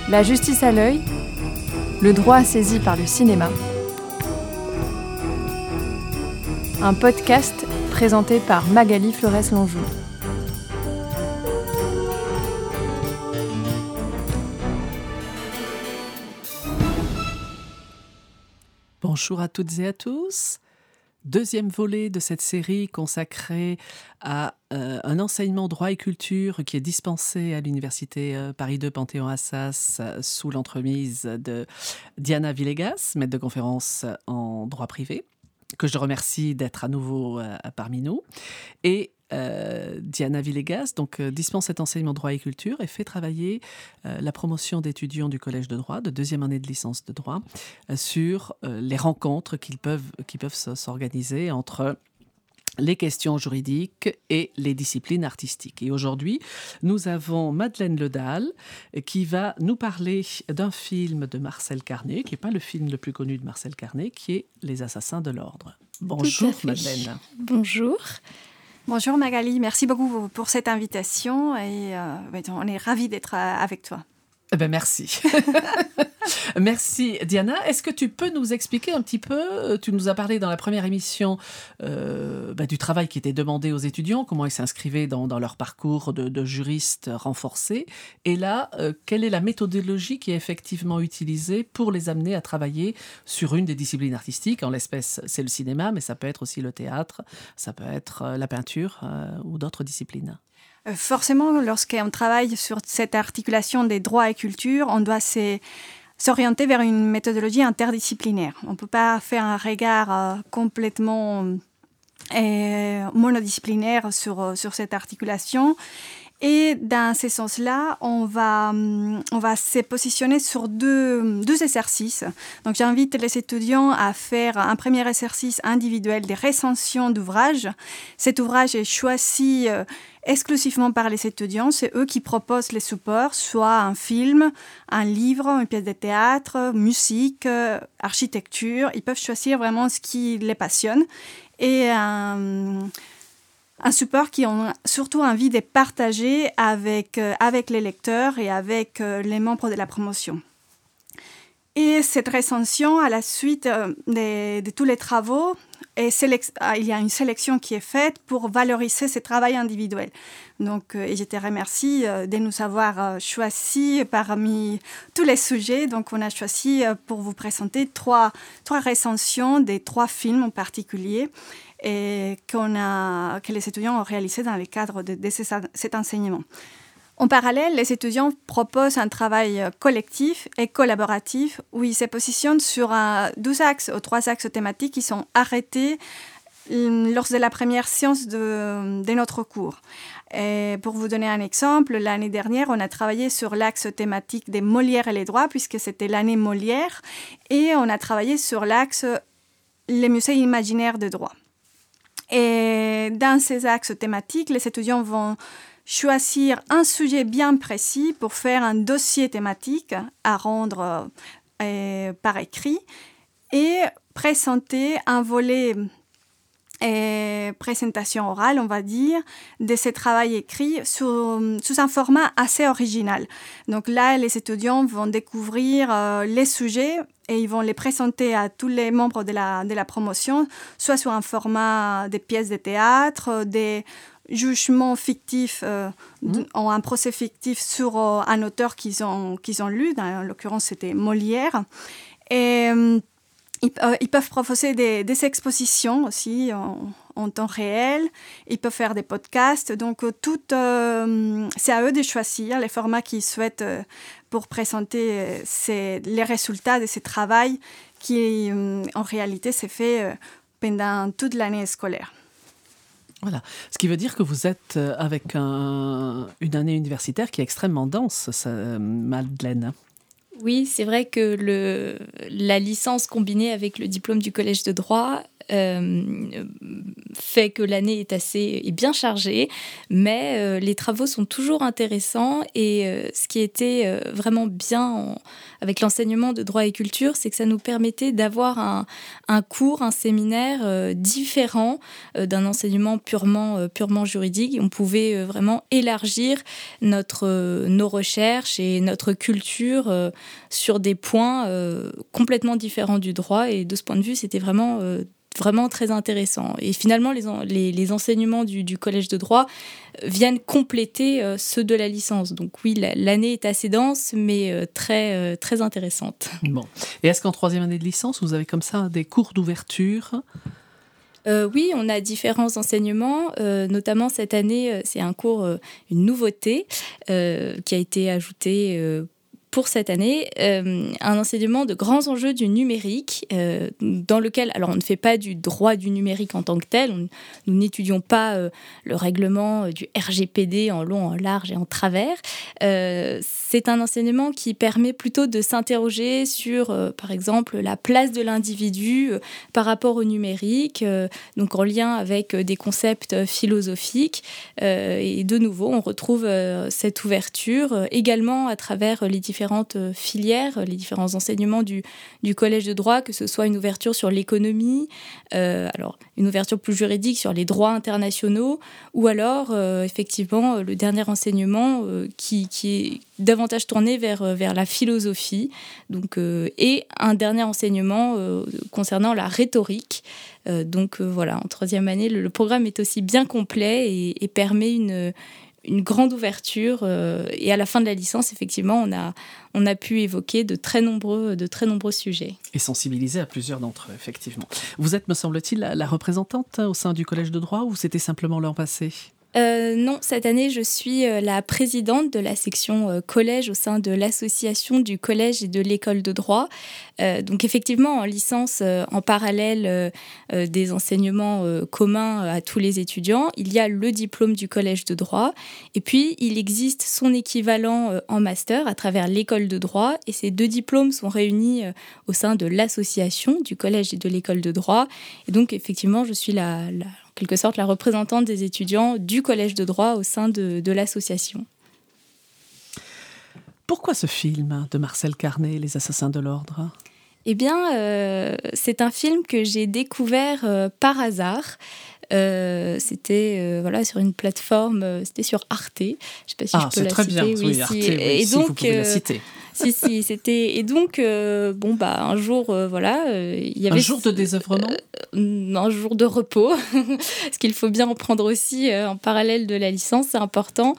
La justice à l'œil, le droit saisi par le cinéma. Un podcast présenté par Magali Flores-Longeau. Bonjour à toutes et à tous. Deuxième volet de cette série consacrée à un enseignement droit et culture qui est dispensé à l'université Paris 2 Panthéon-Assas sous l'entremise de Diana Villegas, maître de conférence en droit privé, que je remercie d'être à nouveau parmi nous. Et Diana Villegas dispense cet enseignement droit et culture et fait travailler la promotion d'étudiants du collège de droit de deuxième année de licence de droit sur les rencontres qui peuvent s'organiser entre les questions juridiques et les disciplines artistiques. Et aujourd'hui, nous avons Madeleine Ledal qui va nous parler d'un film de Marcel Carné, qui n'est pas le film le plus connu de Marcel Carné, qui est Les Assassins de l'Ordre. Bonjour Madeleine. Bonjour. Bonjour Magali, merci beaucoup pour cette invitation et on est ravis d'être avec toi. Merci. Merci Diana. Est-ce que tu peux nous expliquer un petit peu, tu nous as parlé dans la première émission du travail qui était demandé aux étudiants, comment ils s'inscrivaient dans leur parcours de juristes renforcés. Et là, quelle est la méthodologie qui est effectivement utilisée pour les amener à travailler sur une des disciplines artistiques? En l'espèce, c'est le cinéma, mais ça peut être aussi le théâtre, ça peut être la peinture ou d'autres disciplines. Forcément, lorsqu'on travaille sur cette articulation des droits et culture, on doit s'orienter vers une méthodologie interdisciplinaire. On ne peut pas faire un regard complètement monodisciplinaire sur cette articulation. Et dans ce sens-là, on va se positionner sur deux exercices. Donc, j'invite les étudiants à faire un premier exercice individuel de recension d'ouvrage. Cet ouvrage est choisi exclusivement par les étudiants. C'est eux qui proposent les supports, soit un film, un livre, une pièce de théâtre, musique, architecture. Ils peuvent choisir vraiment ce qui les passionne. Et un support qui ont surtout envie de partager avec les lecteurs et avec les membres de la promotion. Et cette recension, à la suite de tous les travaux, il y a une sélection qui est faite pour valoriser ce travail individuel. Donc, et je te remercie de nous avoir choisis parmi tous les sujets. Donc, on a choisi pour vous présenter trois recensions des 3 films en particulier et que les étudiants ont réalisé dans le cadre de cet enseignement. En parallèle, les étudiants proposent un travail collectif et collaboratif où ils se positionnent sur 12 axes ou 3 axes thématiques qui sont arrêtés lors de la première séance de notre cours. Et pour vous donner un exemple, l'année dernière, on a travaillé sur l'axe thématique des Molière et les droits, puisque c'était l'année Molière, et on a travaillé sur l'axe les musées imaginaires de droit. Et dans ces axes thématiques, les étudiants vont choisir un sujet bien précis pour faire un dossier thématique à rendre par écrit et présenter un volet présentation orale, on va dire, de ce travail écrit sous un format assez original. Donc là, les étudiants vont découvrir les sujets et ils vont les présenter à tous les membres de la promotion, soit sous un format des pièces de théâtre, des jugements fictifs, un procès fictif sur un auteur qu'ils ont lu, en l'occurrence c'était Molière. Et ils peuvent proposer des expositions aussi en temps réel. Ils peuvent faire des podcasts. Donc, c'est à eux de choisir les formats qu'ils souhaitent pour présenter les résultats de ce travail qui, en réalité, s'est fait pendant toute l'année scolaire. Voilà. Ce qui veut dire que vous êtes avec une année universitaire qui est extrêmement dense, Madeleine. Oui, c'est vrai que la licence combinée avec le diplôme du collège de droit fait que l'année est bien chargée, mais les travaux sont toujours intéressants et ce qui était vraiment bien avec l'enseignement de droit et culture, c'est que ça nous permettait d'avoir un cours, un séminaire différent d'un enseignement purement juridique. On pouvait vraiment élargir nos recherches et notre culture sur des points complètement différents du droit, et de ce point de vue, c'était vraiment très intéressant. Et finalement, les enseignements du collège de droit viennent compléter ceux de la licence. Donc oui, l'année est assez dense, mais très, très intéressante. Bon. Et est-ce qu'en troisième année de licence, vous avez comme ça des cours d'ouverture ? Oui, on a différents enseignements, notamment cette année, c'est un cours, une nouveauté qui a été ajoutée pour cette année, un enseignement de grands enjeux du numérique, dans lequel, alors on ne fait pas du droit du numérique en tant que tel, nous n'étudions pas le règlement du RGPD en long, en large et en travers. C'est un enseignement qui permet plutôt de s'interroger sur, par exemple, la place de l'individu par rapport au numérique, donc en lien avec des concepts philosophiques. Et de nouveau, on retrouve cette ouverture également à travers les différentes filières, les différents enseignements du collège de droit, que ce soit une ouverture sur l'économie, alors une ouverture plus juridique sur les droits internationaux, ou alors effectivement le dernier enseignement qui est davantage tourné vers la philosophie, donc, et un dernier enseignement concernant la rhétorique. Donc voilà, en troisième année, le programme est aussi bien complet et permet une grande ouverture, et à la fin de la licence, effectivement, on a pu évoquer de très nombreux sujets. Et sensibiliser à plusieurs d'entre eux, effectivement. Vous êtes, me semble-t-il, la représentante au sein du Collège de droit, ou c'était simplement l'an passé ? Non, cette année, je suis la présidente de la section collège au sein de l'association du collège et de l'école de droit. Donc effectivement, en licence, en parallèle des enseignements communs à tous les étudiants, il y a le diplôme du collège de droit. Et puis, il existe son équivalent en master à travers l'école de droit. Et ces deux diplômes sont réunis au sein de l'association du collège et de l'école de droit. Et donc, effectivement, je suis en quelque sorte la représentante des étudiants du collège de droit au sein de l'association. Pourquoi ce film de Marcel Carné, Les Assassins de l'Ordre ? Eh bien, c'est un film que j'ai découvert par hasard. C'était sur une plateforme, c'était sur Arte. Je ne sais pas si je peux la citer. Très bien, oui, Arte, et si donc, vous pouvez la citer. Si, c'était... Et donc, un jour, il y avait... Un jour de désœuvrement ? Un jour de repos, parce qu'il faut bien en prendre aussi en parallèle de la licence, c'est important.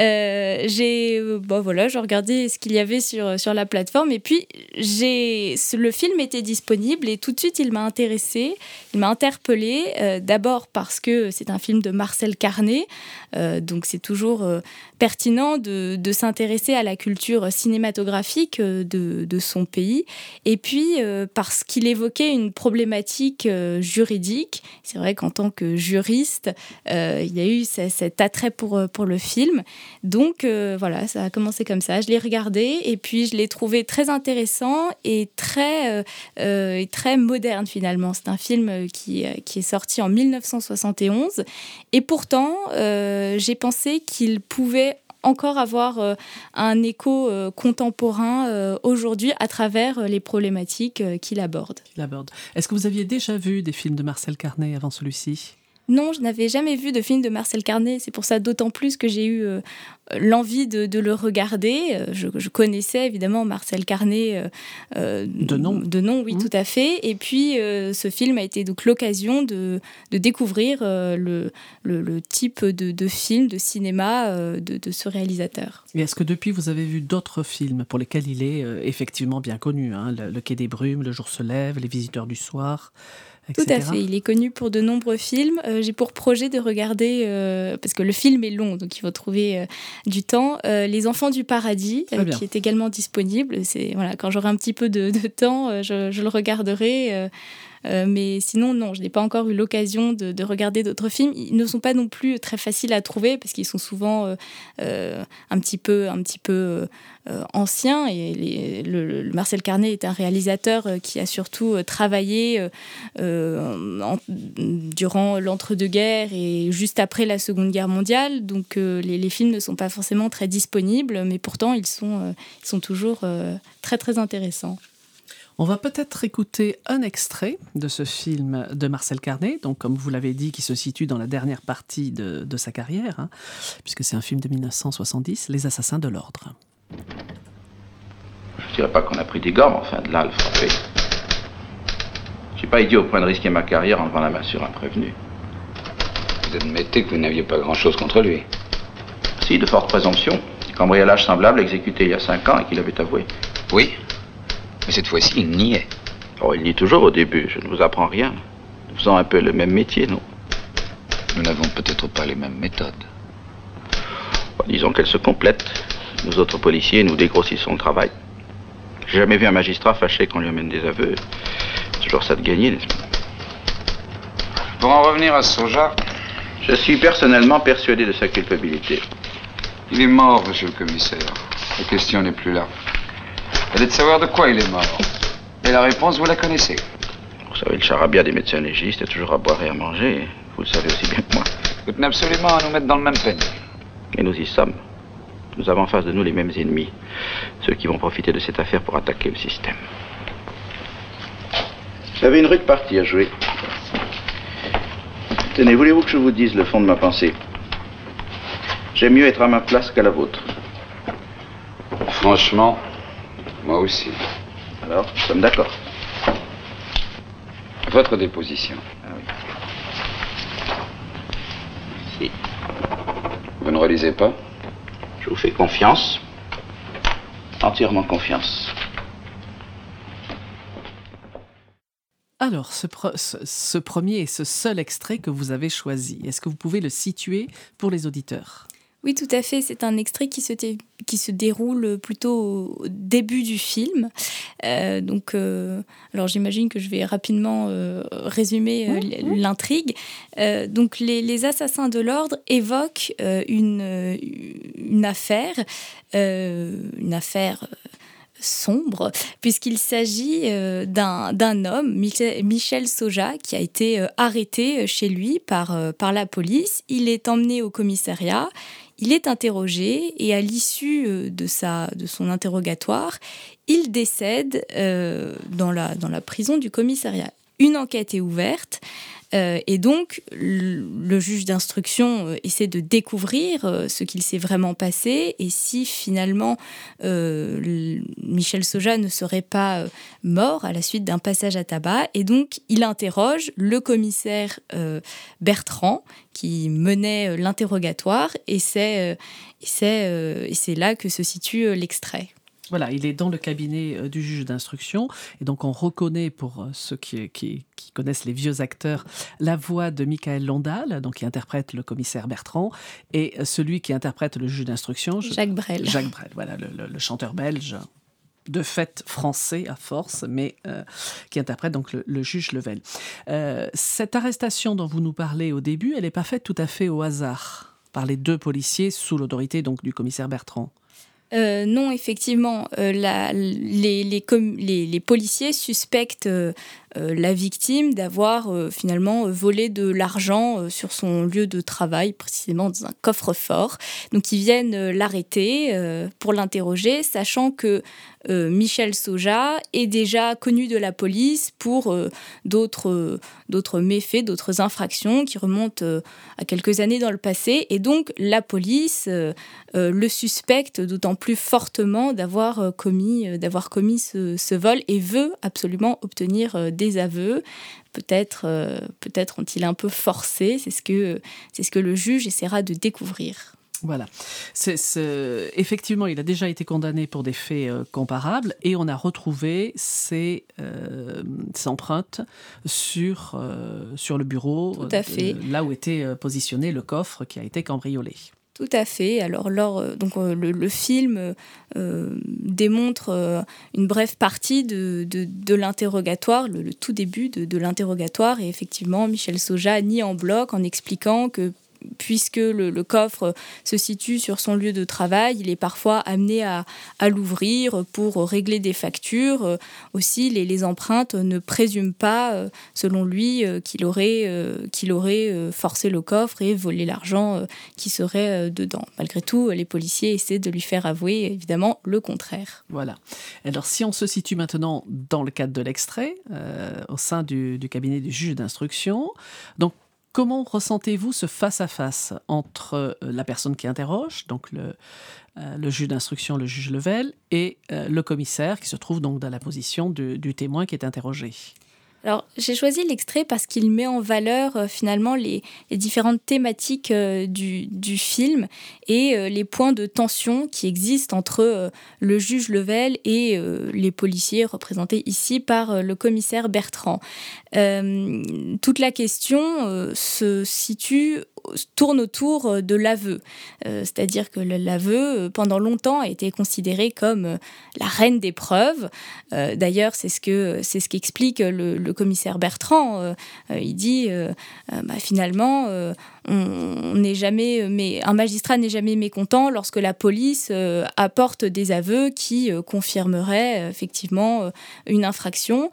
Je regardais ce qu'il y avait sur la plateforme, et puis le film était disponible, et tout de suite, il m'a intéressée, il m'a interpellée, d'abord parce que c'est un film de Marcel Carné, donc c'est toujours pertinent de s'intéresser à la culture cinématographique de son pays, et puis parce qu'il évoquait une problématique juridique. C'est vrai qu'en tant que juriste, il y a eu cet attrait pour le film. Donc ça a commencé comme ça. Je l'ai regardé et puis je l'ai trouvé très intéressant et très moderne finalement. C'est un film qui est sorti en 1971 et pourtant j'ai pensé qu'il pouvait encore avoir un écho contemporain aujourd'hui à travers les problématiques qu'il aborde. Est-ce que vous aviez déjà vu des films de Marcel Carné avant celui-ci ? Non, je n'avais jamais vu de film de Marcel Carné. C'est pour ça d'autant plus que j'ai eu l'envie de le regarder. Je connaissais évidemment Marcel Carné de nom, oui, tout à fait. Et puis, ce film a été donc l'occasion de découvrir le type de film, de cinéma de ce réalisateur. Et est-ce que depuis, vous avez vu d'autres films pour lesquels il est effectivement bien connu, hein, le Quai des Brumes, Le jour se lève, Les visiteurs du soir, etc. Tout à fait, il est connu pour de nombreux films. J'ai pour projet de regarder, parce que le film est long, donc il faut trouver du temps, Les Enfants du Paradis, qui est également disponible. Quand j'aurai un petit peu de temps, je le regarderai. Mais sinon, non, je n'ai pas encore eu l'occasion de regarder d'autres films. Ils ne sont pas non plus très faciles à trouver parce qu'ils sont souvent un petit peu anciens. Et le Marcel Carné est un réalisateur qui a surtout travaillé durant l'entre-deux-guerres et juste après la Seconde Guerre mondiale. Donc les films ne sont pas forcément très disponibles, mais pourtant ils sont toujours très très intéressants. On va peut-être écouter un extrait de ce film de Marcel Carné, donc comme vous l'avez dit, qui se situe dans la dernière partie de sa carrière, hein, puisque c'est un film de 1970, Les Assassins de l'Ordre. Je dirais pas qu'on a pris des gants, mais enfin de là à le frapper. Je suis pas idiot au point de risquer ma carrière en levant la main sur un prévenu. Vous admettez que vous n'aviez pas grand-chose contre lui? Si, de forte présomption. Cambriolage semblable exécuté il y a 5 ans et qu'il avait avoué. Oui, mais cette fois-ci, il niait. Oh, il nie toujours au début, je ne vous apprends rien. Nous faisons un peu le même métier, non? Nous n'avons peut-être pas les mêmes méthodes. Bon, disons qu'elles se complètent. Nous autres policiers, nous dégrossissons le travail. J'ai jamais vu un magistrat fâché qu'on lui amène des aveux. C'est toujours ça de gagner, n'est-ce pas? Pour en revenir à Soja... Je suis personnellement persuadé de sa culpabilité. Il est mort, monsieur le commissaire. La question n'est plus là. Elle est de savoir de quoi il est mort. Et la réponse, vous la connaissez. Vous savez, le charabia des médecins légistes est toujours à boire et à manger. Vous le savez aussi bien que moi. Vous tenez absolument à nous mettre dans le même panier. Et nous y sommes. Nous avons en face de nous les mêmes ennemis. Ceux qui vont profiter de cette affaire pour attaquer le système. J'avais une rude partie à jouer. Tenez, voulez-vous que je vous dise le fond de ma pensée? J'aime mieux être à ma place qu'à la vôtre. Franchement, moi aussi. Alors, nous sommes d'accord. Votre déposition. Ah oui. Si. Vous ne relisez pas? Je vous fais confiance. Entièrement confiance. Alors, ce premier et ce seul extrait que vous avez choisi, est-ce que vous pouvez le situer pour les auditeurs ? Oui, tout à fait. C'est un extrait qui se déroule plutôt au début du film. Alors j'imagine que je vais rapidement résumer l'intrigue. Donc les assassins de l'ordre évoquent une affaire sombre, puisqu'il s'agit d'un homme, Michel Soja, qui a été arrêté chez lui par la police. Il est emmené au commissariat, il est interrogé et à l'issue de son interrogatoire, il décède dans la prison du commissariat. Une enquête est ouverte. Et donc, le juge d'instruction essaie de découvrir ce qu'il s'est vraiment passé et si finalement Michel Soja ne serait pas mort à la suite d'un passage à tabac. Et donc, il interroge le commissaire Bertrand qui menait l'interrogatoire et c'est là que se situe l'extrait. Voilà, il est dans le cabinet du juge d'instruction et donc on reconnaît, pour ceux qui connaissent les vieux acteurs, la voix de Michael Londal, donc qui interprète le commissaire Bertrand, et celui qui interprète le juge d'instruction, Jacques Brel. Jacques Brel, voilà, le chanteur belge, de fait français à force, mais qui interprète donc le juge Level. Cette arrestation dont vous nous parlez au début, elle n'est pas faite tout à fait au hasard par les deux policiers sous l'autorité donc du commissaire Bertrand. Non, effectivement, les policiers suspectent la victime d'avoir finalement volé de l'argent sur son lieu de travail, précisément dans un coffre-fort. Donc ils viennent l'arrêter pour l'interroger, sachant que Michel Soja est déjà connu de la police pour d'autres méfaits, d'autres infractions qui remontent à quelques années dans le passé. Et donc la police le suspecte d'autant plus fortement d'avoir commis ce vol et veut absolument obtenir des aveux. Peut-être ont-ils un peu forcé, c'est ce que le juge essaiera de découvrir. Voilà. Effectivement, il a déjà été condamné pour des faits comparables et on a retrouvé ses empreintes sur le bureau, tout à fait. Là où était positionné le coffre qui a été cambriolé. Tout à fait. Alors, le film démontre une brève partie de l'interrogatoire, le tout début de l'interrogatoire. Et effectivement, Michel Sauja nie en bloc en expliquant que puisque le coffre se situe sur son lieu de travail, il est parfois amené à l'ouvrir pour régler des factures. Aussi, les empreintes ne présument pas, selon lui, qu'il aurait forcé le coffre et volé l'argent qui serait dedans. Malgré tout, les policiers essaient de lui faire avouer, évidemment, le contraire. Voilà. Alors, si on se situe maintenant dans le cadre de l'extrait, au sein du cabinet du juge d'instruction, donc, comment ressentez-vous ce face-à-face entre la personne qui interroge, donc le juge d'instruction, le juge Level, et le commissaire qui se trouve donc dans la position du témoin qui est interrogé ? Alors, j'ai choisi l'extrait parce qu'il met en valeur finalement les différentes thématiques du film et les points de tension qui existent entre le juge Level et les policiers représentés ici par le commissaire Bertrand. Toute la question tourne autour de l'aveu. C'est-à-dire que l'aveu, pendant longtemps, a été considéré comme la reine des preuves. D'ailleurs, c'est ce qu'explique le commissaire Bertrand. Il dit, finalement, on n'est jamais, mais un magistrat n'est jamais mécontent lorsque la police apporte des aveux qui confirmeraient effectivement une infraction.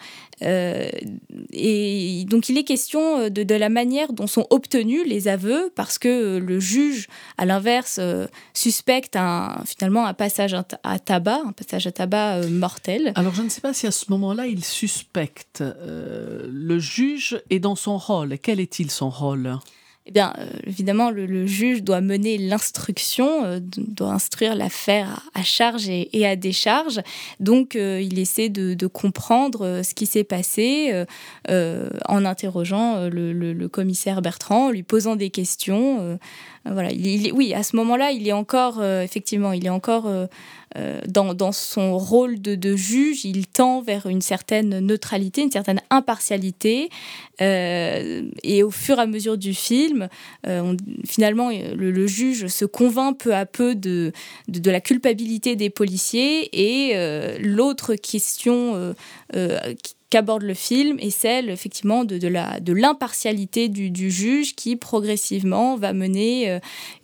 Et donc il est question de la manière dont sont obtenus les aveux, parce que le juge, à l'inverse, suspecte finalement un passage à tabac mortel. Alors je ne sais pas si à ce moment-là il suspecte. Le juge est dans son rôle. Quel est-il son rôle ? Eh bien, évidemment, le juge doit mener l'instruction, doit instruire l'affaire à charge et à décharge. Donc, il essaie de comprendre ce qui s'est passé en interrogeant le commissaire Bertrand, en lui posant des questions. Voilà. Oui, à ce moment-là, il est encore, effectivement, dans son rôle de juge, il tend vers une certaine neutralité, une certaine impartialité. Et au fur et à mesure du film, finalement, le juge se convainc peu à peu de la culpabilité des policiers. Et l'autre question qu'aborde le film est celle, effectivement, de l'impartialité du juge qui, progressivement, va mener,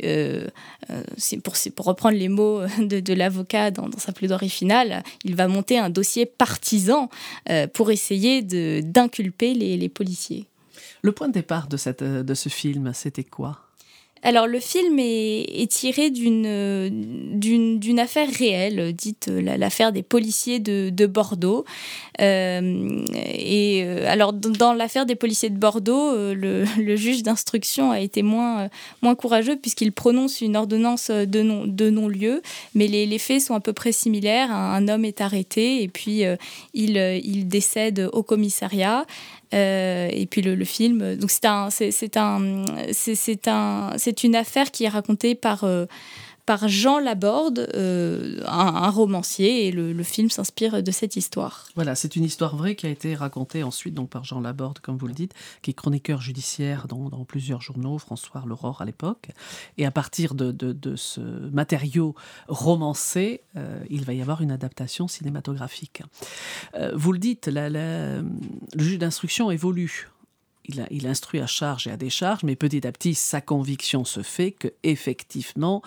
pour reprendre les mots de l'avocat dans sa plaidoirie finale, il va monter un dossier partisan pour essayer d'inculper les policiers. Le point de départ de ce film, c'était quoi ? Alors, le film est tiré d'une affaire réelle, dite l'affaire des policiers de Bordeaux. Alors, dans l'affaire des policiers de Bordeaux, le juge d'instruction a été moins courageux puisqu'il prononce une ordonnance de non-lieu. Mais les faits sont à peu près similaires. Un homme est arrêté et puis il décède au commissariat. Et puis le film, donc c'est une affaire qui est racontée par Jean Laborde, un romancier, et le film s'inspire de cette histoire. Voilà, c'est une histoire vraie qui a été racontée ensuite donc par Jean Laborde, comme vous le dites, qui est chroniqueur judiciaire dans plusieurs journaux, François, l'Aurore à l'époque. Et à partir de ce matériau romancé, il va y avoir une adaptation cinématographique. Vous le dites, le juge d'instruction évolue. Il instruit à charge et à décharge, mais petit à petit, sa conviction se fait qu'effectivement,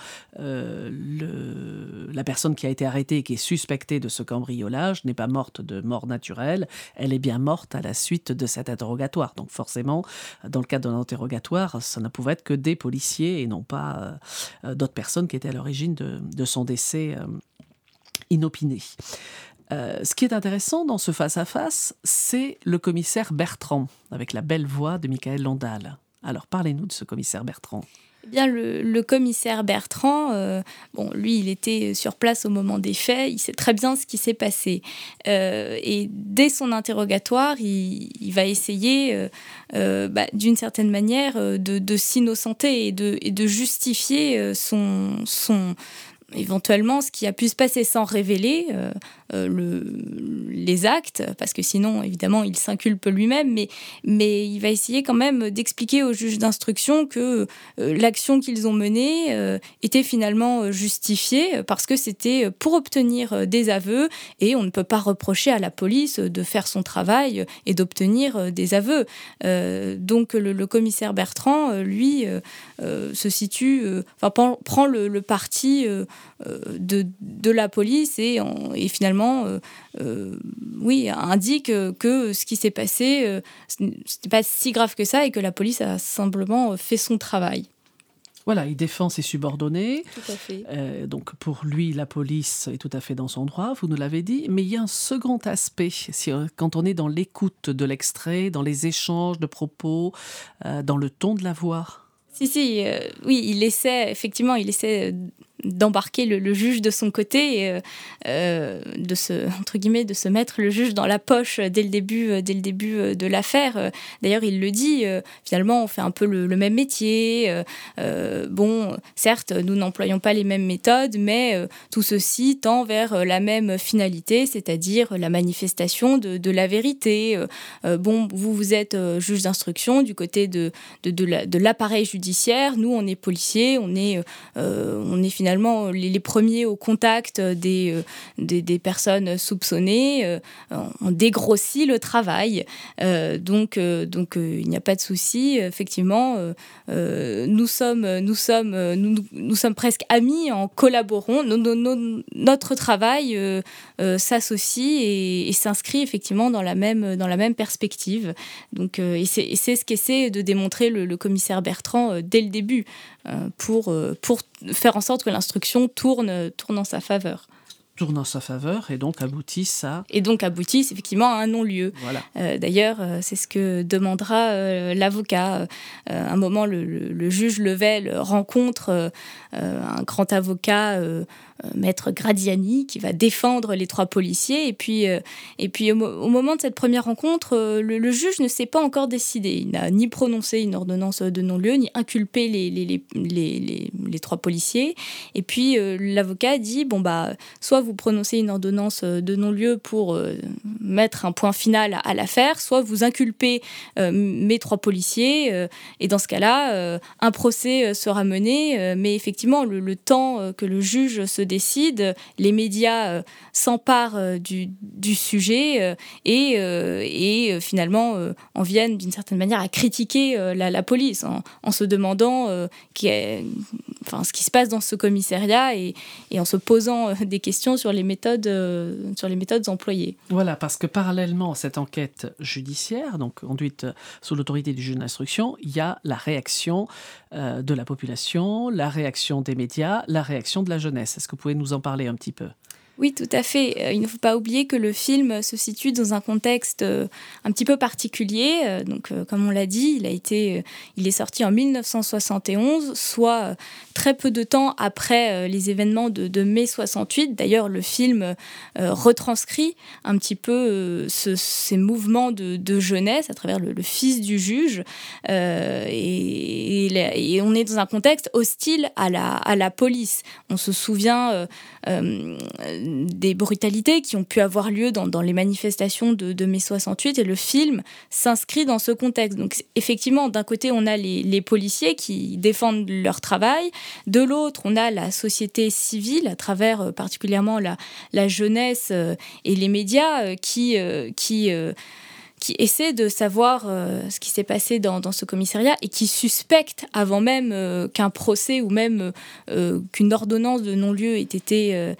la personne qui a été arrêtée et qui est suspectée de ce cambriolage n'est pas morte de mort naturelle, elle est bien morte à la suite de cet interrogatoire. Donc forcément, dans le cadre d'un interrogatoire, ça ne pouvait être que des policiers et non pas d'autres personnes qui étaient à l'origine de son décès inopiné. Ce qui est intéressant dans ce face-à-face, c'est le commissaire Bertrand, avec la belle voix de Michaël Landal. Alors, parlez-nous de ce commissaire Bertrand. Eh bien, le commissaire Bertrand, lui, il était sur place au moment des faits, il sait très bien ce qui s'est passé. Et dès son interrogatoire, il va essayer, d'une certaine manière, de s'innocenter et de justifier éventuellement ce qui a pu se passer sans révéler les actes, parce que sinon, évidemment, il s'inculpe lui-même, mais il va essayer quand même d'expliquer aux juges d'instruction que l'action qu'ils ont menée était finalement justifiée, parce que c'était pour obtenir des aveux, et on ne peut pas reprocher à la police de faire son travail et d'obtenir des aveux. Donc le commissaire Bertrand, lui, se situe, prend le parti de la police et finalement indique que ce qui s'est passé ce n'était pas si grave que ça et que la police a simplement fait son travail. Voilà, il défend ses subordonnés. Tout à fait. Donc pour lui, la police est tout à fait dans son droit, vous nous l'avez dit. Mais il y a un second aspect, quand on est dans l'écoute de l'extrait, dans les échanges de propos, dans le ton de la voix. Oui, il essaie d'embarquer le juge de son côté, de se mettre le juge dans la poche dès le début de l'affaire. D'ailleurs, il le dit, finalement, on fait un peu le même métier. Certes, nous n'employons pas les mêmes méthodes, mais tout ceci tend vers la même finalité, c'est-à-dire la manifestation de la vérité. Vous êtes juge d'instruction du côté de l'appareil judiciaire. Nous, on est policiers, on est finalement les premiers au contact des personnes soupçonnées. On dégrossit le travail. Donc il n'y a pas de souci. Effectivement, nous sommes presque amis, en collaborons. Notre travail s'associe et s'inscrit effectivement dans la même perspective. Donc, et c'est ce qu'essaie de démontrer le commissaire Bertrand dès le début pour faire en sorte que l'instruction tourne en sa faveur. Tourne en sa faveur et donc aboutissent effectivement à un non-lieu. Voilà. D'ailleurs, c'est ce que demandera l'avocat. À un moment, le juge Level rencontre un grand avocat, Maître Gradiani, qui va défendre les 3 policiers. Et puis au moment de cette première rencontre, le juge ne s'est pas encore décidé. Il n'a ni prononcé une ordonnance de non-lieu, ni inculpé les 3 policiers. Et puis l'avocat dit, soit vous prononcez une ordonnance de non-lieu pour mettre un point final à l'affaire, soit vous inculpez mes 3 policiers. Et dans ce cas-là, un procès sera mené. Mais effectivement, le temps que le juge se décide, les médias s'emparent du sujet et finalement en viennent d'une certaine manière à critiquer la police en se demandant ce qui se passe dans ce commissariat et en se posant des questions sur les méthodes employées. Voilà, parce que parallèlement à cette enquête judiciaire, donc conduite sous l'autorité du juge d'instruction, il y a la réaction de la population, la réaction des médias, la réaction de la jeunesse. Est-ce que vous pouvez nous en parler un petit peu ? Oui, tout à fait. Il ne faut pas oublier que le film se situe dans un contexte un petit peu particulier. Donc, comme on l'a dit, il est sorti en 1971, soit très peu de temps après les événements de mai 68. D'ailleurs, le film retranscrit un petit peu ces mouvements de jeunesse à travers le fils du juge. Et on est dans un contexte hostile à la police. On se souvient des brutalités qui ont pu avoir lieu dans les manifestations de mai 68 et le film s'inscrit dans ce contexte. Donc effectivement, d'un côté, on a les policiers qui défendent leur travail, de l'autre, on a la société civile à travers particulièrement la jeunesse et les médias qui essaie de savoir ce qui s'est passé dans ce commissariat et qui suspecte, avant même qu'un procès ou même qu'une ordonnance de non-lieu ait été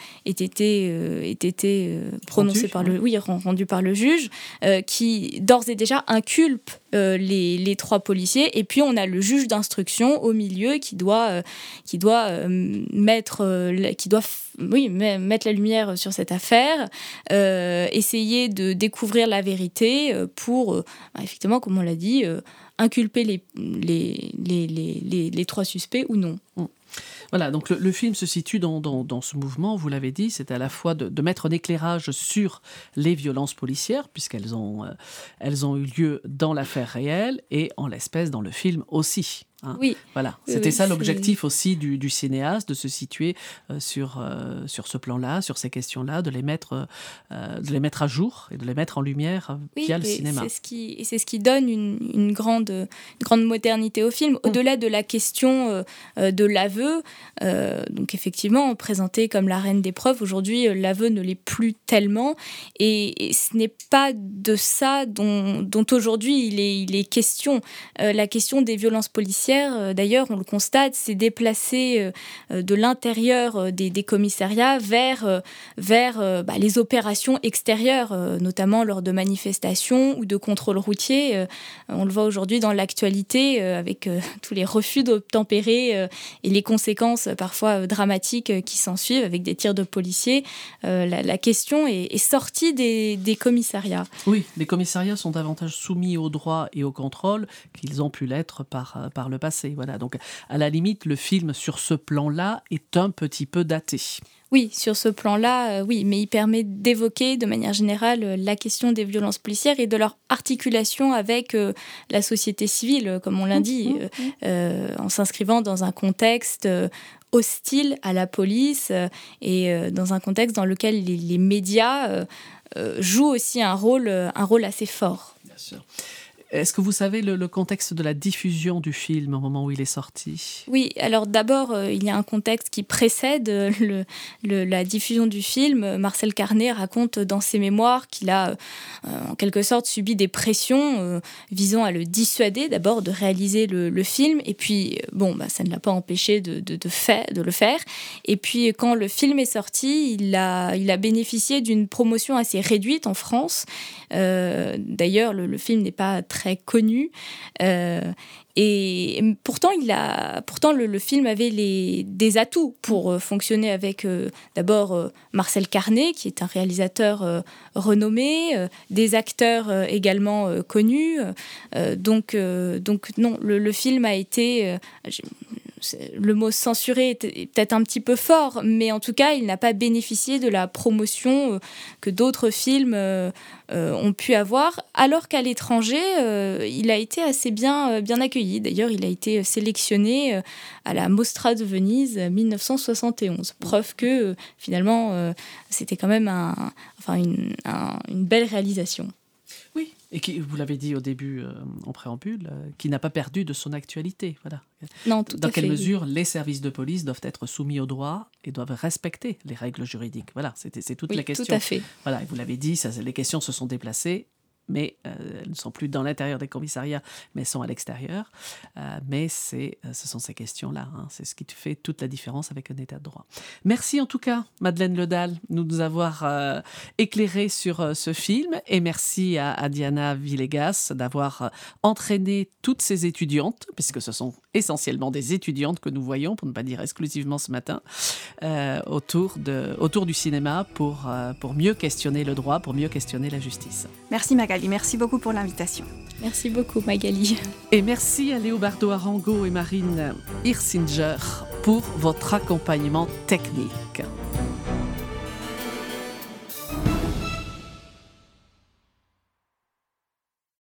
prononcée rendue par le juge, qui d'ores et déjà inculpe les 3 policiers. Et puis on a le juge d'instruction au milieu qui doit mettre la lumière sur cette affaire, essayer de découvrir la vérité pour, effectivement, comme on l'a dit, inculper les 3 suspects ou non. Voilà, donc le film se situe dans ce mouvement, vous l'avez dit, c'est à la fois de mettre un éclairage sur les violences policières, puisqu'elles ont eu lieu dans l'affaire réelle, et en l'espèce dans le film aussi. Hein. Oui. Voilà, c'était ça l'objectif aussi du cinéaste, de se situer sur ce plan-là, sur ces questions-là, de les mettre à jour et de les mettre en lumière via le cinéma. C'est ce qui donne une grande modernité au film, au-delà de la question de l'aveu. Donc effectivement, présenté comme la reine des preuves, aujourd'hui, l'aveu ne l'est plus tellement. Et ce n'est pas de ça dont aujourd'hui il est question. La question des violences policières, d'ailleurs, on le constate, s'est déplacée de l'intérieur des commissariats vers les opérations extérieures, notamment lors de manifestations ou de contrôles routiers. On le voit aujourd'hui dans l'actualité avec tous les refus d'obtempérer et les conséquences parfois dramatiques qui s'ensuivent avec des tirs de policiers. La question est sortie des commissariats. Oui, les commissariats sont davantage soumis au droit et au contrôle qu'ils ont pu l'être par le passé. Voilà. Donc, à la limite, le film sur ce plan-là est un petit peu daté. Oui, sur ce plan-là, oui, mais il permet d'évoquer de manière générale la question des violences policières et de leur articulation avec la société civile, comme on l'indique, en s'inscrivant dans un contexte hostile à la police et dans un contexte dans lequel les médias jouent aussi un rôle assez fort. Bien sûr. Est-ce que vous savez le contexte de la diffusion du film au moment où il est sorti ? Oui, alors d'abord, il y a un contexte qui précède la diffusion du film. Marcel Carné raconte dans ses mémoires qu'il a en quelque sorte subi des pressions visant à le dissuader d'abord de réaliser le film. Et puis, ça ne l'a pas empêché de le faire. Et puis, quand le film est sorti, il a bénéficié d'une promotion assez réduite en France. D'ailleurs, le film n'est pas très connu. Et pourtant, le film avait des atouts pour fonctionner avec d'abord Marcel Carné, qui est un réalisateur renommé, des acteurs également connus. Donc non, le film a été... le mot censuré est peut-être un petit peu fort, mais en tout cas, il n'a pas bénéficié de la promotion que d'autres films ont pu avoir, alors qu'à l'étranger, il a été assez bien accueilli. D'ailleurs, il a été sélectionné à la Mostra de Venise 1971. Preuve que, finalement, c'était quand même une belle réalisation. Oui, et qui, vous l'avez dit au début, en préambule, qui n'a pas perdu de son actualité. Voilà. Non, tout à fait. Dans quelle mesure les services de police doivent être soumis au droit et doivent respecter les règles juridiques. Voilà, c'est toute la question. Tout à fait. Voilà, et vous l'avez dit, les questions se sont déplacées, mais elles ne sont plus dans l'intérieur des commissariats, mais sont à l'extérieur. Mais ce sont ces questions-là. Hein, c'est ce qui fait toute la différence avec un état de droit. Merci en tout cas, Madeleine Ledal, de nous avoir éclairé sur ce film. Et merci à Diana Villegas d'avoir entraîné toutes ces étudiantes, puisque ce sont essentiellement des étudiantes que nous voyons, pour ne pas dire exclusivement ce matin, autour du cinéma pour mieux questionner le droit, pour mieux questionner la justice. Merci Magali, merci beaucoup pour l'invitation. Merci beaucoup Magali. Et merci à Léobardo Arango et Marine Hirsinger pour votre accompagnement technique.